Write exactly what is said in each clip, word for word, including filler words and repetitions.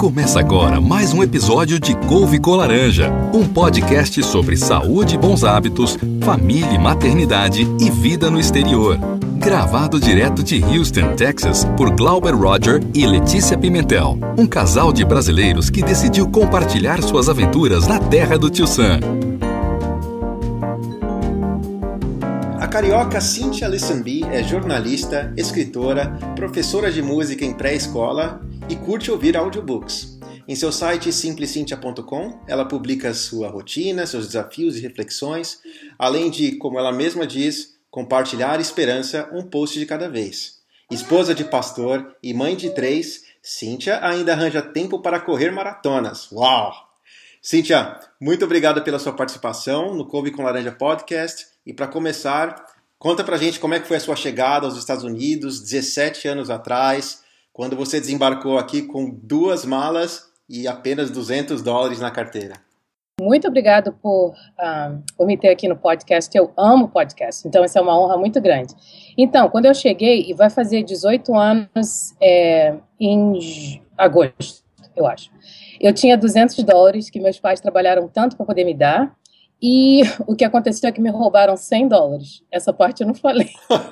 Começa agora mais um episódio de Couve com Laranja, um podcast sobre saúde e bons hábitos, família e maternidade e vida no exterior. Gravado direto de Houston, Texas, por Glauber Roger e Letícia Pimentel, um casal de brasileiros que decidiu compartilhar suas aventuras na terra do Tio Sam. A carioca Cynthia Lissenby é jornalista, escritora, professora de música em pré-escola e curte ouvir audiobooks. Em seu site simples cintia ponto com, ela publica sua rotina, seus desafios e reflexões, além de, como ela mesma diz, compartilhar esperança um post de cada vez. Esposa de pastor e mãe de três, Cynthia ainda arranja tempo para correr maratonas. Uau! Cynthia, muito obrigado pela sua participação no Couve com Laranja Podcast. E para começar, conta pra gente como é que foi a sua chegada aos Estados Unidos, dezessete anos atrás, quando você desembarcou aqui com duas malas e apenas duzentos dólares na carteira. Muito obrigado por, um, por me ter aqui no podcast. Eu amo podcast, então essa é uma honra muito grande. Então, quando eu cheguei, e vai fazer dezoito anos é, em agosto, eu acho. Eu tinha duzentos dólares que meus pais trabalharam tanto para poder me dar, e o que aconteceu é que me roubaram cem dólares. Essa parte eu não falei.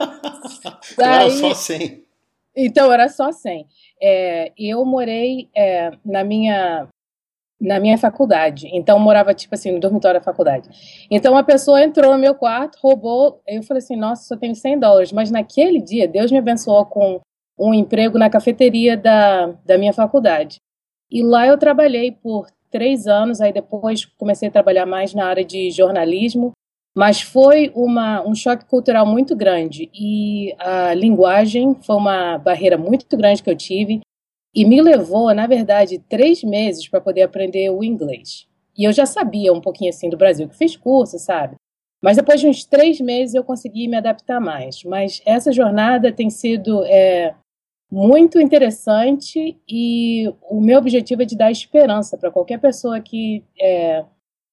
Daí, não, só cem. Então, era só cem. É, eu morei é, na minha... na minha faculdade, então eu morava tipo assim no dormitório da faculdade. Então uma pessoa entrou no meu quarto, roubou, eu falei assim, nossa, só tenho cem dólares, mas naquele dia Deus me abençoou com um emprego na cafeteria da, da minha faculdade. E lá eu trabalhei por três anos, aí depois comecei a trabalhar mais na área de jornalismo, mas foi uma, um choque cultural muito grande e a linguagem foi uma barreira muito grande que eu tive. E me levou, na verdade, três meses para poder aprender o inglês. E eu já sabia um pouquinho assim do Brasil, que fiz curso, sabe? Mas depois de uns três meses eu consegui me adaptar mais. Mas essa jornada tem sido é, muito interessante e o meu objetivo é de dar esperança para qualquer pessoa que, é,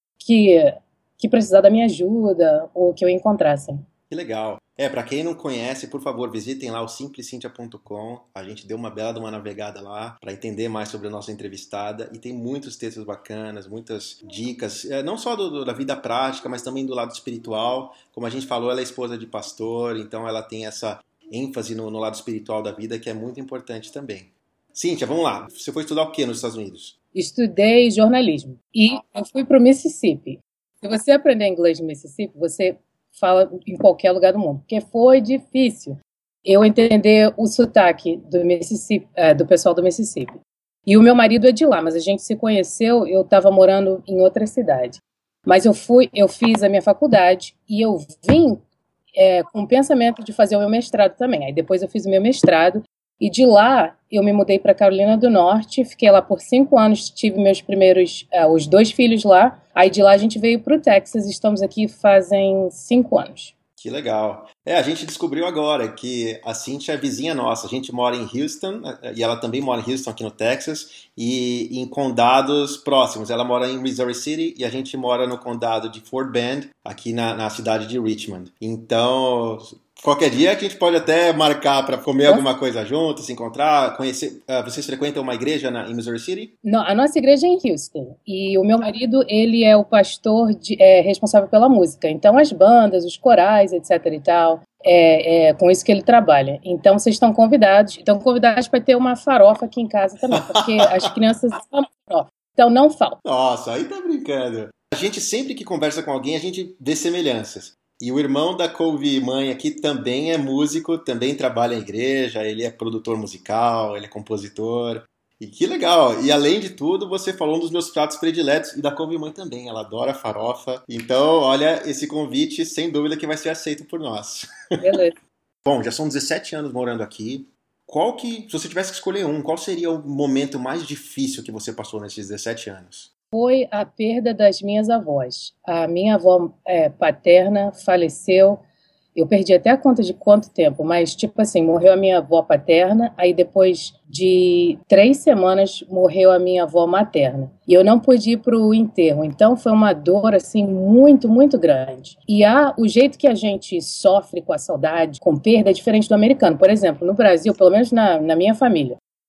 que, que precisar da minha ajuda ou que eu encontrasse. Que legal. É, para quem não conhece, por favor, visitem lá o simples cintia ponto com. A gente deu uma bela de uma navegada lá para entender mais sobre a nossa entrevistada e tem muitos textos bacanas, muitas dicas, não só do, do, da vida prática, mas também do lado espiritual. Como a gente falou, ela é esposa de pastor, então ela tem essa ênfase no, no lado espiritual da vida que é muito importante também. Cynthia, vamos lá. Você foi estudar o que nos Estados Unidos? Estudei jornalismo e eu fui para o Mississippi. Se você aprender inglês no Mississippi, você fala em qualquer lugar do mundo, porque foi difícil eu entender o sotaque do Mississippi, é, do pessoal do Mississippi. E o meu marido é de lá, mas a gente se conheceu, eu estava morando em outra cidade. Mas eu fui, eu fiz a minha faculdade e eu vim é, com o pensamento de fazer o meu mestrado também. Aí depois eu fiz o meu mestrado e de lá eu me mudei para Carolina do Norte, fiquei lá por cinco anos, tive meus primeiros, uh, os dois filhos lá. Aí de lá a gente veio para o Texas e estamos aqui fazem cinco anos. Que legal. É, a gente descobriu agora que a Cynthia é vizinha nossa. A gente mora em Houston e ela também mora em Houston, aqui no Texas, e em condados próximos. Ela mora em Missouri City e a gente mora no condado de Fort Bend, aqui na, na cidade de Richmond. Então, qualquer dia a gente pode até marcar para comer alguma coisa junto, se encontrar, conhecer. Uh, vocês frequentam uma igreja na, em Missouri City? Não, a nossa igreja é em Houston. E o meu marido, ele é o pastor de, é, responsável pela música. Então, as bandas, os corais, etc e tal, é, é com isso que ele trabalha. Então, vocês estão convidados. Estão convidados para ter uma farofa aqui em casa também, porque as crianças amam farofa. Então, não falta. Nossa, aí tá brincando. A gente, sempre que conversa com alguém, a gente vê semelhanças. E o irmão da Couve Mãe aqui também é músico, também trabalha em igreja, ele é produtor musical, ele é compositor. E que legal! E além de tudo, você falou um dos meus pratos prediletos, e da Couve Mãe também, ela adora farofa. Então, olha, esse convite, sem dúvida que vai ser aceito por nós. Beleza. Bom, já são dezessete anos morando aqui. Qual que, se você tivesse que escolher um, qual seria o momento mais difícil que você passou nesses dezessete anos? Foi a perda das minhas avós. A minha avó é, paterna faleceu, eu perdi até a conta de quanto tempo, mas tipo assim, morreu a minha avó paterna, aí depois de três semanas morreu a minha avó materna. E eu não pude ir para o enterro, então foi uma dor assim muito, muito grande. E há, o jeito que a gente sofre com a saudade, com perda, é diferente do americano. Por exemplo, no Brasil, pelo menos na, na minha família,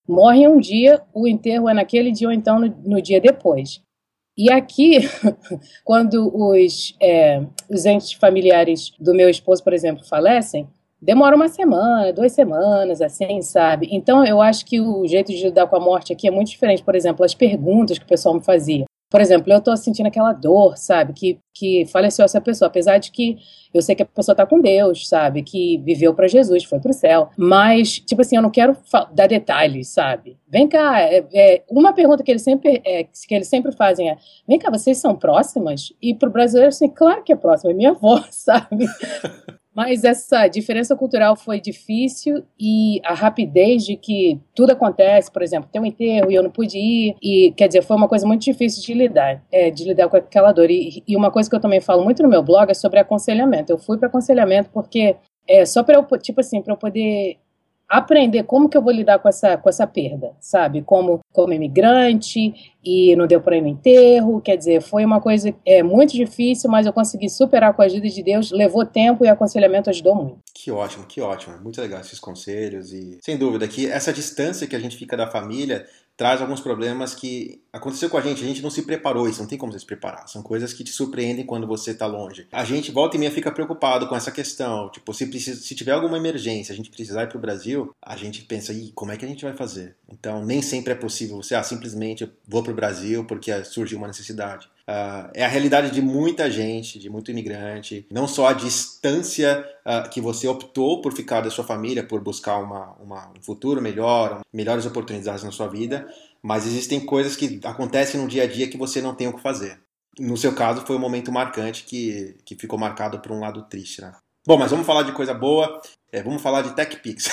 morre um dia, o enterro é naquele dia ou então no, no dia depois. E aqui, quando os, é, os entes familiares do meu esposo, por exemplo, falecem, demora uma semana, duas semanas, assim, sabe? Então, eu acho que o jeito de lidar com a morte aqui é muito diferente. Por exemplo, as perguntas que o pessoal me fazia. Por exemplo, eu tô sentindo aquela dor, sabe? Que, que faleceu essa pessoa. Apesar de que eu sei que a pessoa tá com Deus, sabe? Que viveu para Jesus, foi pro céu. Mas, tipo assim, eu não quero dar detalhes, sabe? Vem cá, é, é, uma pergunta que eles, sempre, é, que eles sempre fazem é: vem cá, vocês são próximas? E pro brasileiro, assim, claro que é próxima, é minha avó, sabe? Mas essa diferença cultural foi difícil e a rapidez de que tudo acontece, por exemplo, tem um enterro e eu não pude ir, e quer dizer, foi uma coisa muito difícil de lidar, é, de lidar com aquela dor. E, e uma coisa que eu também falo muito no meu blog é sobre aconselhamento. Eu fui para aconselhamento porque é só para eu, tipo assim, para eu poder aprender como que eu vou lidar com essa, com essa perda, sabe? Como, como imigrante, e não deu para ir no enterro, quer dizer, foi uma coisa é, muito difícil, mas eu consegui superar com a ajuda de Deus, levou tempo e aconselhamento ajudou muito. Que ótimo, que ótimo, muito legal esses conselhos e, sem dúvida, que essa distância que a gente fica da família traz alguns problemas que aconteceu com a gente, a gente não se preparou, isso não tem como você se preparar, são coisas que te surpreendem quando você está longe. A gente volta e meia fica preocupado com essa questão, tipo, se, precisa, se tiver alguma emergência, a gente precisar ir para o Brasil, a gente pensa, ih, como é que a gente vai fazer? Então, nem sempre é possível você, ah, simplesmente vou para o Brasil porque surgiu uma necessidade. Uh, é a realidade de muita gente, de muito imigrante, não só a distância uh, que você optou por ficar da sua família, por buscar uma, uma, um futuro melhor, melhores oportunidades na sua vida, mas existem coisas que acontecem no dia a dia que você não tem o que fazer. No seu caso, foi um momento marcante que, que ficou marcado por um lado triste, né? Bom, mas vamos falar de coisa boa, é, vamos falar de TechPix.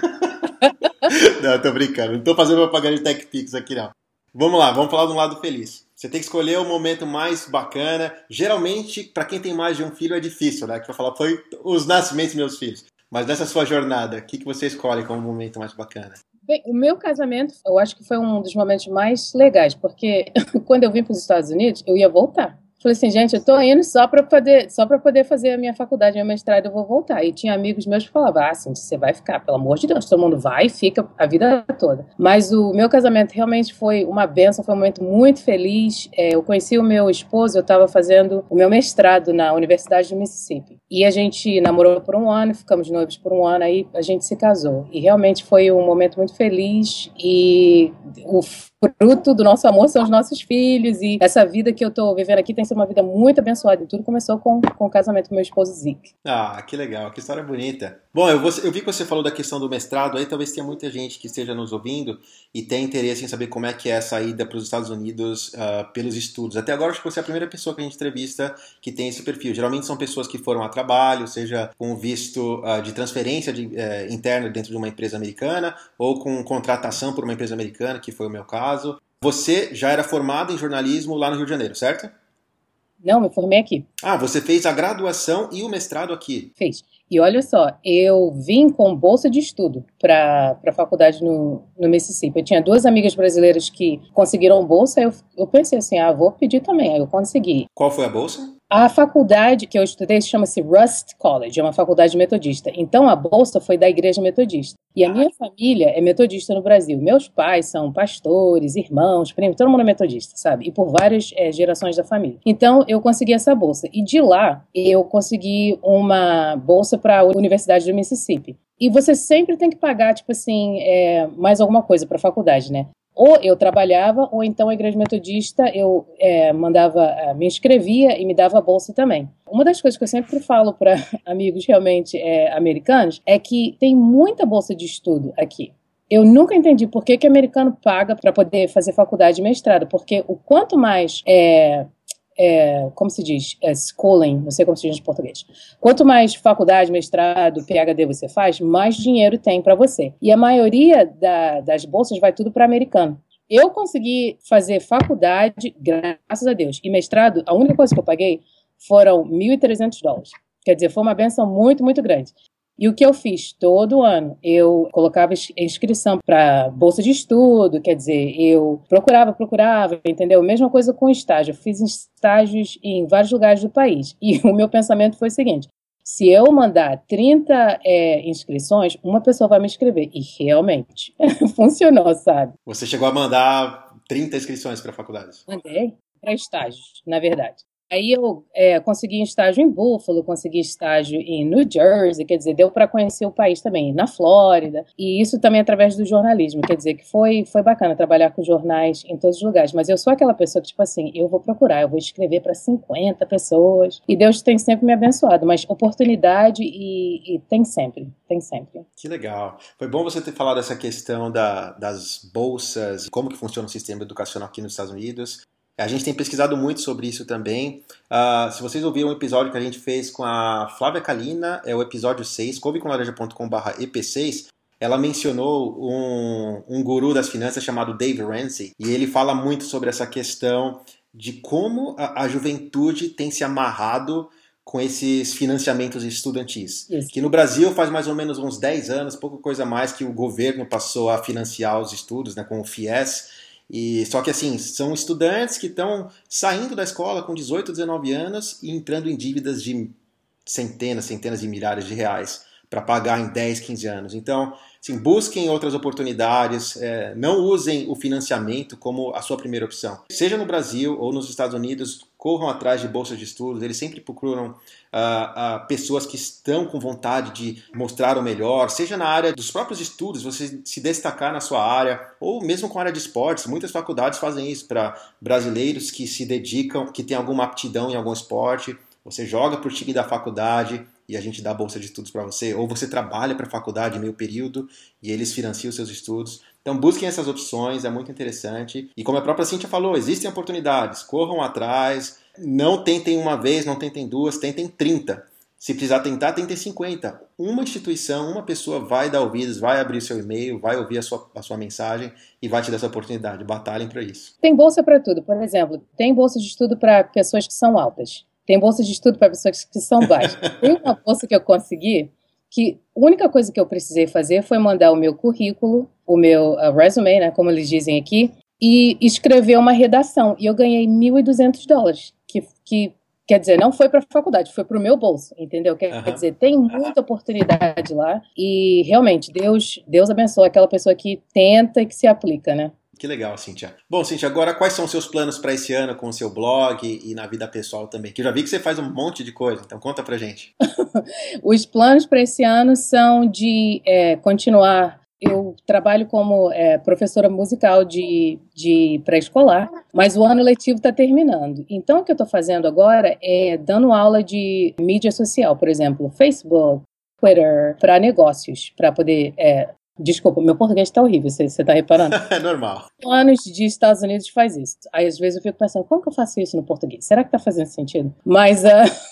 Não, tô brincando, não tô fazendo propaganda de TechPix aqui não. Vamos lá, vamos falar de um lado feliz. Você tem que escolher o momento mais bacana. Geralmente, para quem tem mais de um filho, é difícil, né? Que vai falar, foi os nascimentos dos meus filhos. Mas nessa sua jornada, o que, que você escolhe como momento mais bacana? Bem, o meu casamento, eu acho que foi um dos momentos mais legais, porque quando eu vim para os Estados Unidos, eu ia voltar. Falei assim, gente, eu tô indo só para poder, só para poder fazer a minha faculdade, meu mestrado, eu vou voltar. E tinha amigos meus que falavam, ah, assim, você vai ficar, pelo amor de Deus, todo mundo vai e fica a vida toda. Mas o meu casamento realmente foi uma bênção, foi um momento muito feliz. É, eu conheci o meu esposo, eu estava fazendo o meu mestrado na Universidade do Mississippi. E a gente namorou por um ano, ficamos noivos por um ano, aí a gente se casou. E realmente foi um momento muito feliz e o fruto do nosso amor são os nossos filhos, e essa vida que eu tô vivendo aqui tem sido uma vida muito abençoada, e tudo começou com, com o casamento com meu esposo Zeke. Ah, que legal, que história bonita. Bom, eu, vou, eu vi que você falou da questão do mestrado, aí talvez tenha muita gente que esteja nos ouvindo e tenha interesse em saber como é que é a saída para os Estados Unidos uh, pelos estudos. Até agora acho que você é a primeira pessoa que a gente entrevista que tem esse perfil. Geralmente são pessoas que foram a trabalho, seja com visto uh, de transferência de, uh, interna dentro de uma empresa americana, ou com contratação por uma empresa americana, que foi o meu caso. Você já era formado em jornalismo lá no Rio de Janeiro, certo? Não, me formei aqui. Ah, você fez a graduação e o mestrado aqui? Fiz. E olha só, eu vim com bolsa de estudo para a faculdade no, no Mississippi. Eu tinha duas amigas brasileiras que conseguiram bolsa, eu, eu pensei assim, ah, vou pedir também, aí eu consegui. Qual foi a bolsa? A faculdade que eu estudei chama-se Rust College, é uma faculdade metodista. Então, a bolsa foi da igreja metodista. E a minha família é metodista no Brasil. Meus pais são pastores, irmãos, primos, todo mundo é metodista, sabe? E por várias é, gerações da família. Então, eu consegui essa bolsa. E de lá, eu consegui uma bolsa para a Universidade do Mississippi. E você sempre tem que pagar, tipo assim, é, mais alguma coisa para a faculdade, né? Ou eu trabalhava, ou então a igreja metodista, eu é, mandava, me inscrevia e me dava a bolsa também. Uma das coisas que eu sempre falo para amigos realmente é, americanos é que tem muita bolsa de estudo aqui. Eu nunca entendi por que que americano paga para poder fazer faculdade e mestrado, porque o quanto mais... É, É, como se diz, é, schooling, não sei como se diz em português. Quanto mais faculdade, mestrado, P H D você faz, mais dinheiro tem para você. E a maioria da, das bolsas vai tudo para americano. Eu consegui fazer faculdade, graças a Deus, e mestrado, a única coisa que eu paguei foram mil e trezentos dólares. Quer dizer, foi uma benção muito, muito grande. E o que eu fiz todo ano? Eu colocava inscrição para bolsa de estudo, quer dizer, eu procurava, procurava, entendeu? Mesma coisa com estágio. Eu fiz estágios em vários lugares do país. E o meu pensamento foi o seguinte, Se eu mandar trinta é, inscrições, uma pessoa vai me inscrever. E realmente funcionou, sabe? Você chegou a mandar trinta inscrições para faculdades? Mandei para estágios, na verdade. Aí eu é, consegui estágio em Buffalo, consegui estágio em New Jersey, quer dizer, deu para conhecer o país também, na Flórida, e isso também através do jornalismo, quer dizer, que foi, foi bacana trabalhar com jornais em todos os lugares, mas eu sou aquela pessoa que, tipo assim, eu vou procurar, eu vou escrever para cinquenta pessoas, e Deus tem sempre me abençoado, mas oportunidade e, e tem sempre, tem sempre. Que legal. Foi bom você ter falado essa questão da, das bolsas, como que funciona o sistema educacional aqui nos Estados Unidos. A gente tem pesquisado muito sobre isso também. Uh, se vocês ouviram um episódio que a gente fez com a Flávia Kalina, é o episódio seis, couve com laranja ponto com barra E P seis, ela mencionou um, um guru das finanças chamado Dave Ramsey, e ele fala muito sobre essa questão de como a, a juventude tem se amarrado com esses financiamentos estudantis. Isso. Que no Brasil faz mais ou menos uns dez anos, pouca coisa mais, que o governo passou a financiar os estudos, né, com o FIES. E, só que assim, são estudantes que estão saindo da escola com dezoito, dezenove anos e entrando em dívidas de centenas, centenas de milhares de reais para pagar em dez, quinze anos. Então, assim, busquem outras oportunidades, é, não usem o financiamento como a sua primeira opção. Seja no Brasil ou nos Estados Unidos, corram atrás de bolsas de estudos, eles sempre procuram uh, uh, pessoas que estão com vontade de mostrar o melhor, seja na área dos próprios estudos, você se destacar na sua área, ou mesmo com a área de esportes. Muitas faculdades fazem isso para brasileiros que se dedicam, que têm alguma aptidão em algum esporte. Você joga por time da faculdade e a gente dá bolsa de estudos para você, ou você trabalha para a faculdade meio período e eles financiam os seus estudos. Então busquem essas opções, é muito interessante. E como a própria Cíntia falou, existem oportunidades, corram atrás, não tentem uma vez, não tentem duas, tentem trinta. Se precisar tentar, tentem cinquenta. Uma instituição, uma pessoa vai dar ouvidos, vai abrir seu e-mail, vai ouvir a sua, a sua mensagem e vai te dar essa oportunidade. Batalhem para isso. Tem bolsa para tudo, por exemplo, tem bolsa de estudo para pessoas que são altas. Tem bolsa de estudo para pessoas que são baixas. Tem uma bolsa que eu consegui, que a única coisa que eu precisei fazer foi mandar o meu currículo, o meu uh, resume, né, como eles dizem aqui, e escrever uma redação. E eu ganhei mil e duzentos dólares, que, que quer dizer, não foi para a faculdade, foi para o meu bolso, entendeu? Quer, uhum. quer dizer, tem muita oportunidade lá e realmente Deus, Deus abençoa aquela pessoa que tenta e que se aplica, né? Que legal, Cíntia. Bom, Cíntia, agora quais são os seus planos para esse ano com o seu blog e na vida pessoal também? Que eu já vi que você faz um monte de coisa, então conta pra gente. Os planos para esse ano são de é, continuar. Eu trabalho como é, professora musical de, de pré-escolar, mas o ano letivo está terminando. Então, o que eu estou fazendo agora é dando aula de mídia social, por exemplo, Facebook, Twitter, para negócios, para poder... É, Desculpa, meu português tá horrível, você, você tá reparando? É normal. Anos de Estados Unidos faz isso. Aí, às vezes, eu fico pensando, como que eu faço isso no português? Será que tá fazendo sentido? Mas,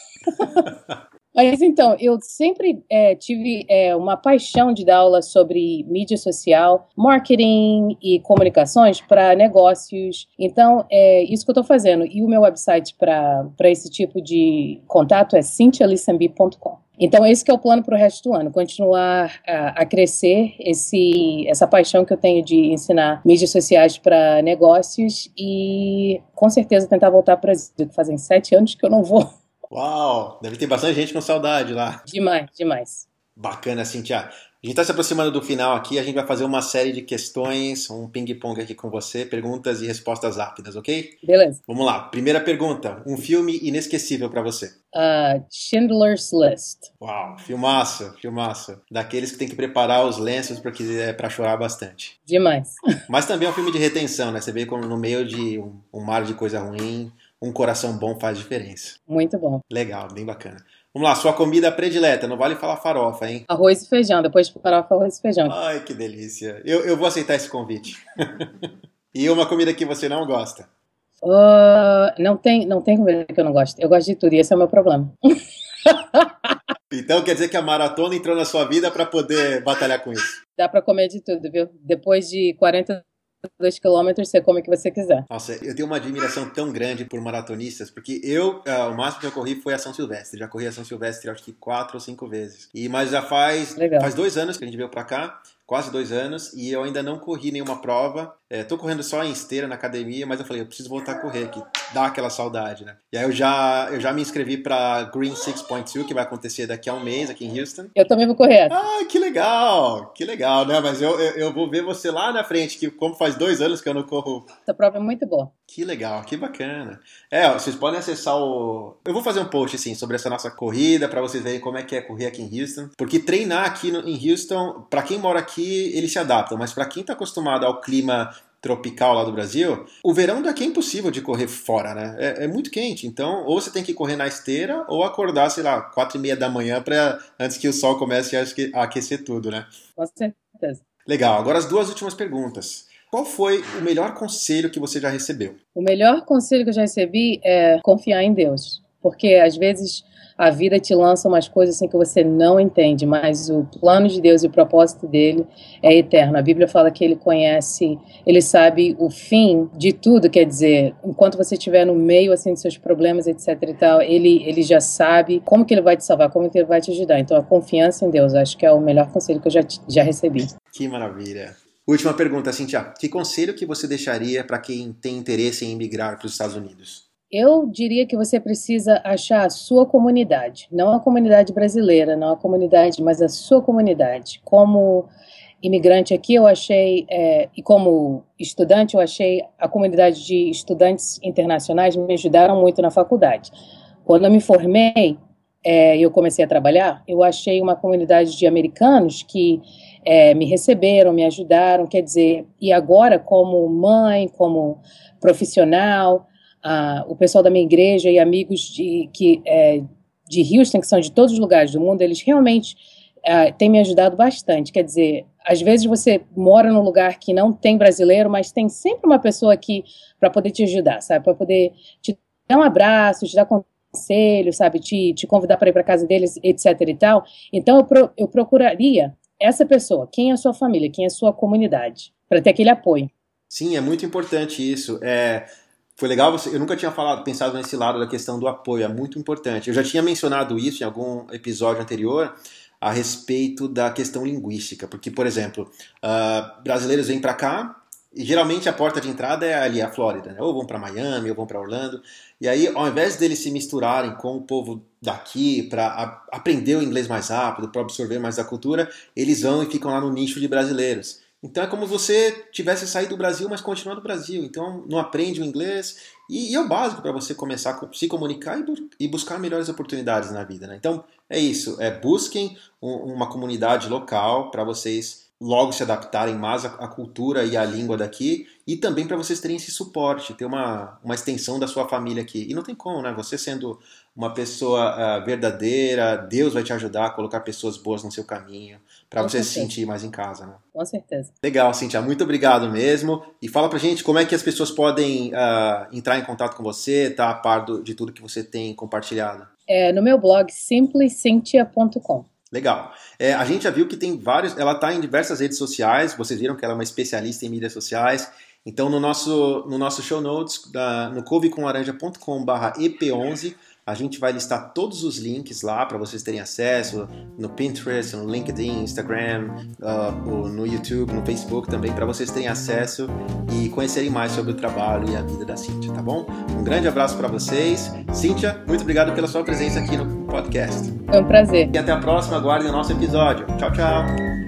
uh... Mas então, eu sempre é, tive é, uma paixão de dar aula sobre mídia social, marketing e comunicações para negócios. Então, é isso que eu estou fazendo. E o meu website para esse tipo de contato é cynthia lissenby ponto com. Então, esse que é o plano para o resto do ano, continuar a, a crescer esse, essa paixão que eu tenho de ensinar mídias sociais para negócios e, com certeza, tentar voltar para o Brasil, que fazem sete anos que eu não vou. Uau! Deve ter bastante gente com saudade lá. Demais, demais. Bacana, Cínthia. A gente está se aproximando do final aqui, a gente vai fazer uma série de questões, um ping-pong aqui com você, perguntas e respostas rápidas, ok? Beleza. Vamos lá. Primeira pergunta, um filme inesquecível para você? Uh, Schindler's List. Uau, filmaço, filmaço. Daqueles que tem que preparar os lenços porque é para chorar bastante. Demais. Mas também é um filme de retenção, né? Você vê como no meio de um, um mar de coisa ruim, um coração bom faz diferença. Muito bom. Legal, bem bacana. Vamos lá, sua comida predileta, não vale falar farofa, hein? Arroz e feijão, depois de farofa, arroz e feijão. Ai, que delícia. Eu, eu vou aceitar esse convite. E uma comida que você não gosta? Uh, não, tem, não tem comida que eu não gosto. Eu gosto de tudo e esse é o meu problema. Então quer dizer que a maratona entrou na sua vida para poder batalhar com isso? Dá para comer de tudo, viu? Depois de quarenta dois quilômetros, você come o que você quiser. Nossa, eu tenho uma admiração tão grande por maratonistas, porque eu, uh, o máximo que eu corri foi a São Silvestre. Já corri a São Silvestre acho que quatro ou cinco vezes. E, mas já faz, faz dois anos que a gente veio pra cá. quase dois anos, e eu ainda não corri nenhuma prova. É, tô correndo só em esteira na academia, mas eu falei, eu preciso voltar a correr, que dá aquela saudade, né? E aí eu já, eu já me inscrevi pra Green seis ponto dois, que vai acontecer daqui a um mês aqui em Houston. Eu também vou correr. Ah, que legal! Que legal, né? Mas eu, eu, eu vou ver você lá na frente, que como faz dois anos que eu não corro. Essa prova é muito boa. Que legal, que bacana. É, ó, vocês podem acessar o... Eu vou fazer um post, assim, sobre essa nossa corrida, pra vocês verem como é que é correr aqui em Houston. Porque treinar aqui no, em Houston, pra quem mora aqui, eles se adaptam. Mas pra quem tá acostumado ao clima tropical lá do Brasil, o verão daqui é impossível de correr fora, né? É, é muito quente, então ou você tem que correr na esteira ou acordar, sei lá, quatro e meia da manhã pra, antes que o sol comece a aquecer tudo, né? Com certeza. Legal, agora as duas últimas perguntas. Qual foi o melhor conselho que você já recebeu? O melhor conselho que eu já recebi é confiar em Deus, porque às vezes a vida te lança umas coisas assim que você não entende, mas o plano de Deus e o propósito dele é eterno. A Bíblia fala que ele conhece, ele sabe o fim de tudo, quer dizer, enquanto você estiver no meio assim dos seus problemas, etc e tal, ele, ele já sabe como que ele vai te salvar, como que ele vai te ajudar. Então a confiança em Deus, acho que é o melhor conselho que eu já, já recebi. Que maravilha. Última pergunta, Cíntia. Que conselho que você deixaria para quem tem interesse em emigrar para os Estados Unidos? Eu diria que você precisa achar a sua comunidade, não a comunidade brasileira, não a comunidade, mas a sua comunidade. Como imigrante aqui, eu achei, é, e como estudante, eu achei a comunidade de estudantes internacionais me ajudaram muito na faculdade. Quando eu me formei e é, eu comecei a trabalhar, eu achei uma comunidade de americanos que é, me receberam, me ajudaram, quer dizer, e agora como mãe, como profissional, Uh, o pessoal da minha igreja e amigos de, que, é, de Houston, que são de todos os lugares do mundo, eles realmente uh, têm me ajudado bastante. Quer dizer, às vezes você mora num lugar que não tem brasileiro, mas tem sempre uma pessoa aqui para poder te ajudar, sabe? Para poder te dar um abraço, te dar conselho, sabe? Te, te convidar para ir para casa deles, etc e tal. Então eu, pro, eu procuraria essa pessoa, quem é a sua família, quem é a sua comunidade, para ter aquele apoio. Sim, é muito importante isso. É... Foi legal, você, eu nunca tinha falado, pensado nesse lado da questão do apoio, é muito importante. Eu já tinha mencionado isso em algum episódio anterior a respeito da questão linguística, porque, por exemplo, uh, brasileiros vêm para cá e geralmente a porta de entrada é ali a Flórida, né? Ou vão para Miami, ou vão para Orlando, e aí ao invés deles se misturarem com o povo daqui para aprender o inglês mais rápido, para absorver mais da cultura, eles vão e ficam lá no nicho de brasileiros. Então é como se você tivesse saído do Brasil, mas continuando no Brasil. Então não aprende o inglês. E, e é o básico para você começar a se comunicar e, bu- e buscar melhores oportunidades na vida, né? Então é isso. É, busquem um, uma comunidade local para vocês logo se adaptarem mais à, à cultura e à língua daqui. E também para vocês terem esse suporte, ter uma, uma extensão da sua família aqui. E não tem como, né? Você sendo uma pessoa uh, verdadeira, Deus vai te ajudar a colocar pessoas boas no seu caminho, para você certeza. Se sentir mais em casa, né? Com certeza. Legal, Cíntia, muito obrigado mesmo. E fala pra gente como é que as pessoas podem uh, entrar em contato com você, tá a par do, de tudo que você tem compartilhado. É, no meu blog, simply cintia ponto com. Legal. É, a gente já viu que tem vários, ela está em diversas redes sociais, vocês viram que ela é uma especialista em mídias sociais. Então no nosso, no nosso show notes, da, no couve com laranja ponto com barra E P onze, a gente vai listar todos os links lá para vocês terem acesso no Pinterest, no LinkedIn, Instagram, uh, no YouTube, no Facebook também, para vocês terem acesso e conhecerem mais sobre o trabalho e a vida da Cíntia, tá bom? Um grande abraço para vocês. Cíntia, muito obrigado pela sua presença aqui no podcast. Foi um prazer. E até a próxima, aguardem o nosso episódio. Tchau, tchau.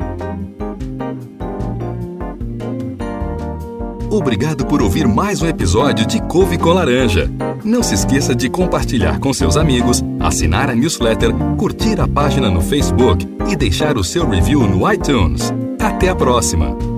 Obrigado por ouvir mais um episódio de Couve com Laranja. Não se esqueça de compartilhar com seus amigos, assinar a newsletter, curtir a página no Facebook e deixar o seu review no iTunes. Até a próxima!